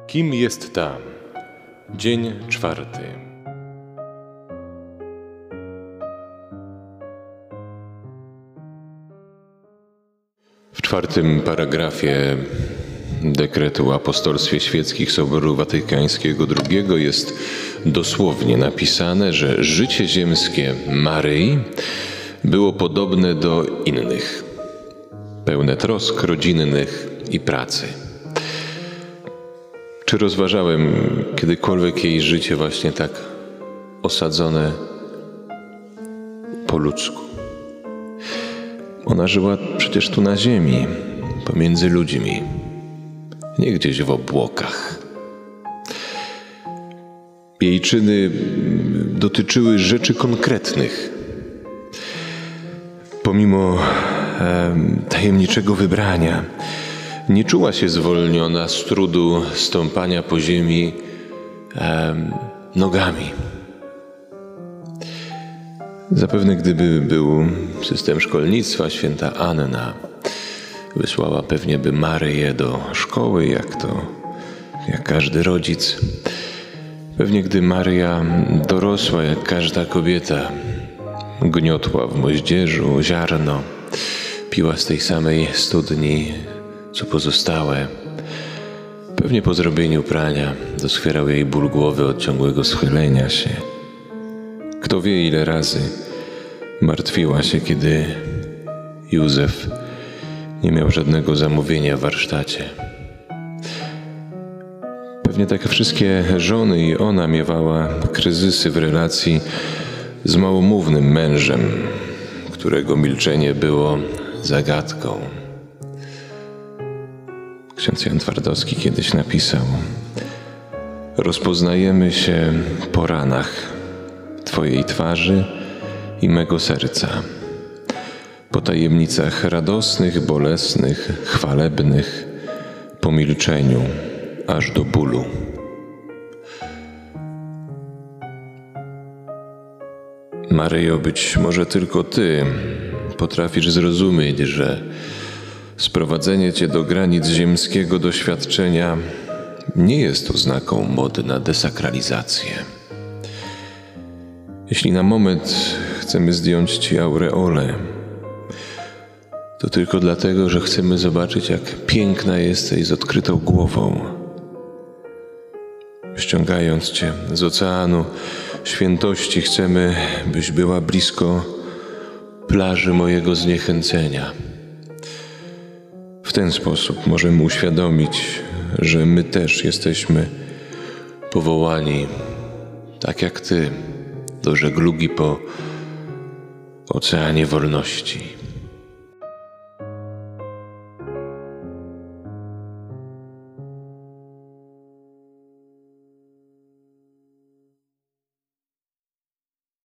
Kim jest tam? Dzień 4. W 4. paragrafie dekretu o apostolstwie świeckich Soboru Watykańskiego II jest dosłownie napisane, że życie ziemskie Maryi było podobne do innych, pełne trosk rodzinnych i pracy. Czy rozważałem kiedykolwiek jej życie właśnie tak osadzone po ludzku? Ona żyła przecież tu na ziemi, pomiędzy ludźmi, nie gdzieś w obłokach. Jej czyny dotyczyły rzeczy konkretnych. Pomimo tajemniczego wybrania, nie czuła się zwolniona z trudu stąpania po ziemi nogami. Zapewne gdyby był system szkolnictwa, święta Anna wysłała pewnie by Maryję do szkoły, jak każdy rodzic. Pewnie gdy Maryja dorosła, jak każda kobieta, gniotła w moździerzu ziarno, piła z tej samej studni, co pozostałe. Pewnie po zrobieniu prania doskwierał jej ból głowy od ciągłego schylenia się. Kto wie, ile razy martwiła się, kiedy Józef nie miał żadnego zamówienia w warsztacie. Pewnie tak jak wszystkie żony i ona miewała kryzysy w relacji z małomównym mężem, którego milczenie było zagadką. Ksiądz Jan Twardowski kiedyś napisał: rozpoznajemy się po ranach Twojej twarzy i mego serca, po tajemnicach radosnych, bolesnych, chwalebnych, po milczeniu aż do bólu. Maryjo, być może tylko Ty potrafisz zrozumieć, że sprowadzenie Cię do granic ziemskiego doświadczenia nie jest oznaką mody na desakralizację. Jeśli na moment chcemy zdjąć Ci aureolę, to tylko dlatego, że chcemy zobaczyć, jak piękna jesteś z odkrytą głową. Ściągając Cię z oceanu świętości, chcemy, byś była blisko plaży mojego zniechęcenia. W ten sposób możemy uświadomić, że my też jesteśmy powołani, tak jak Ty, do żeglugi po oceanie wolności.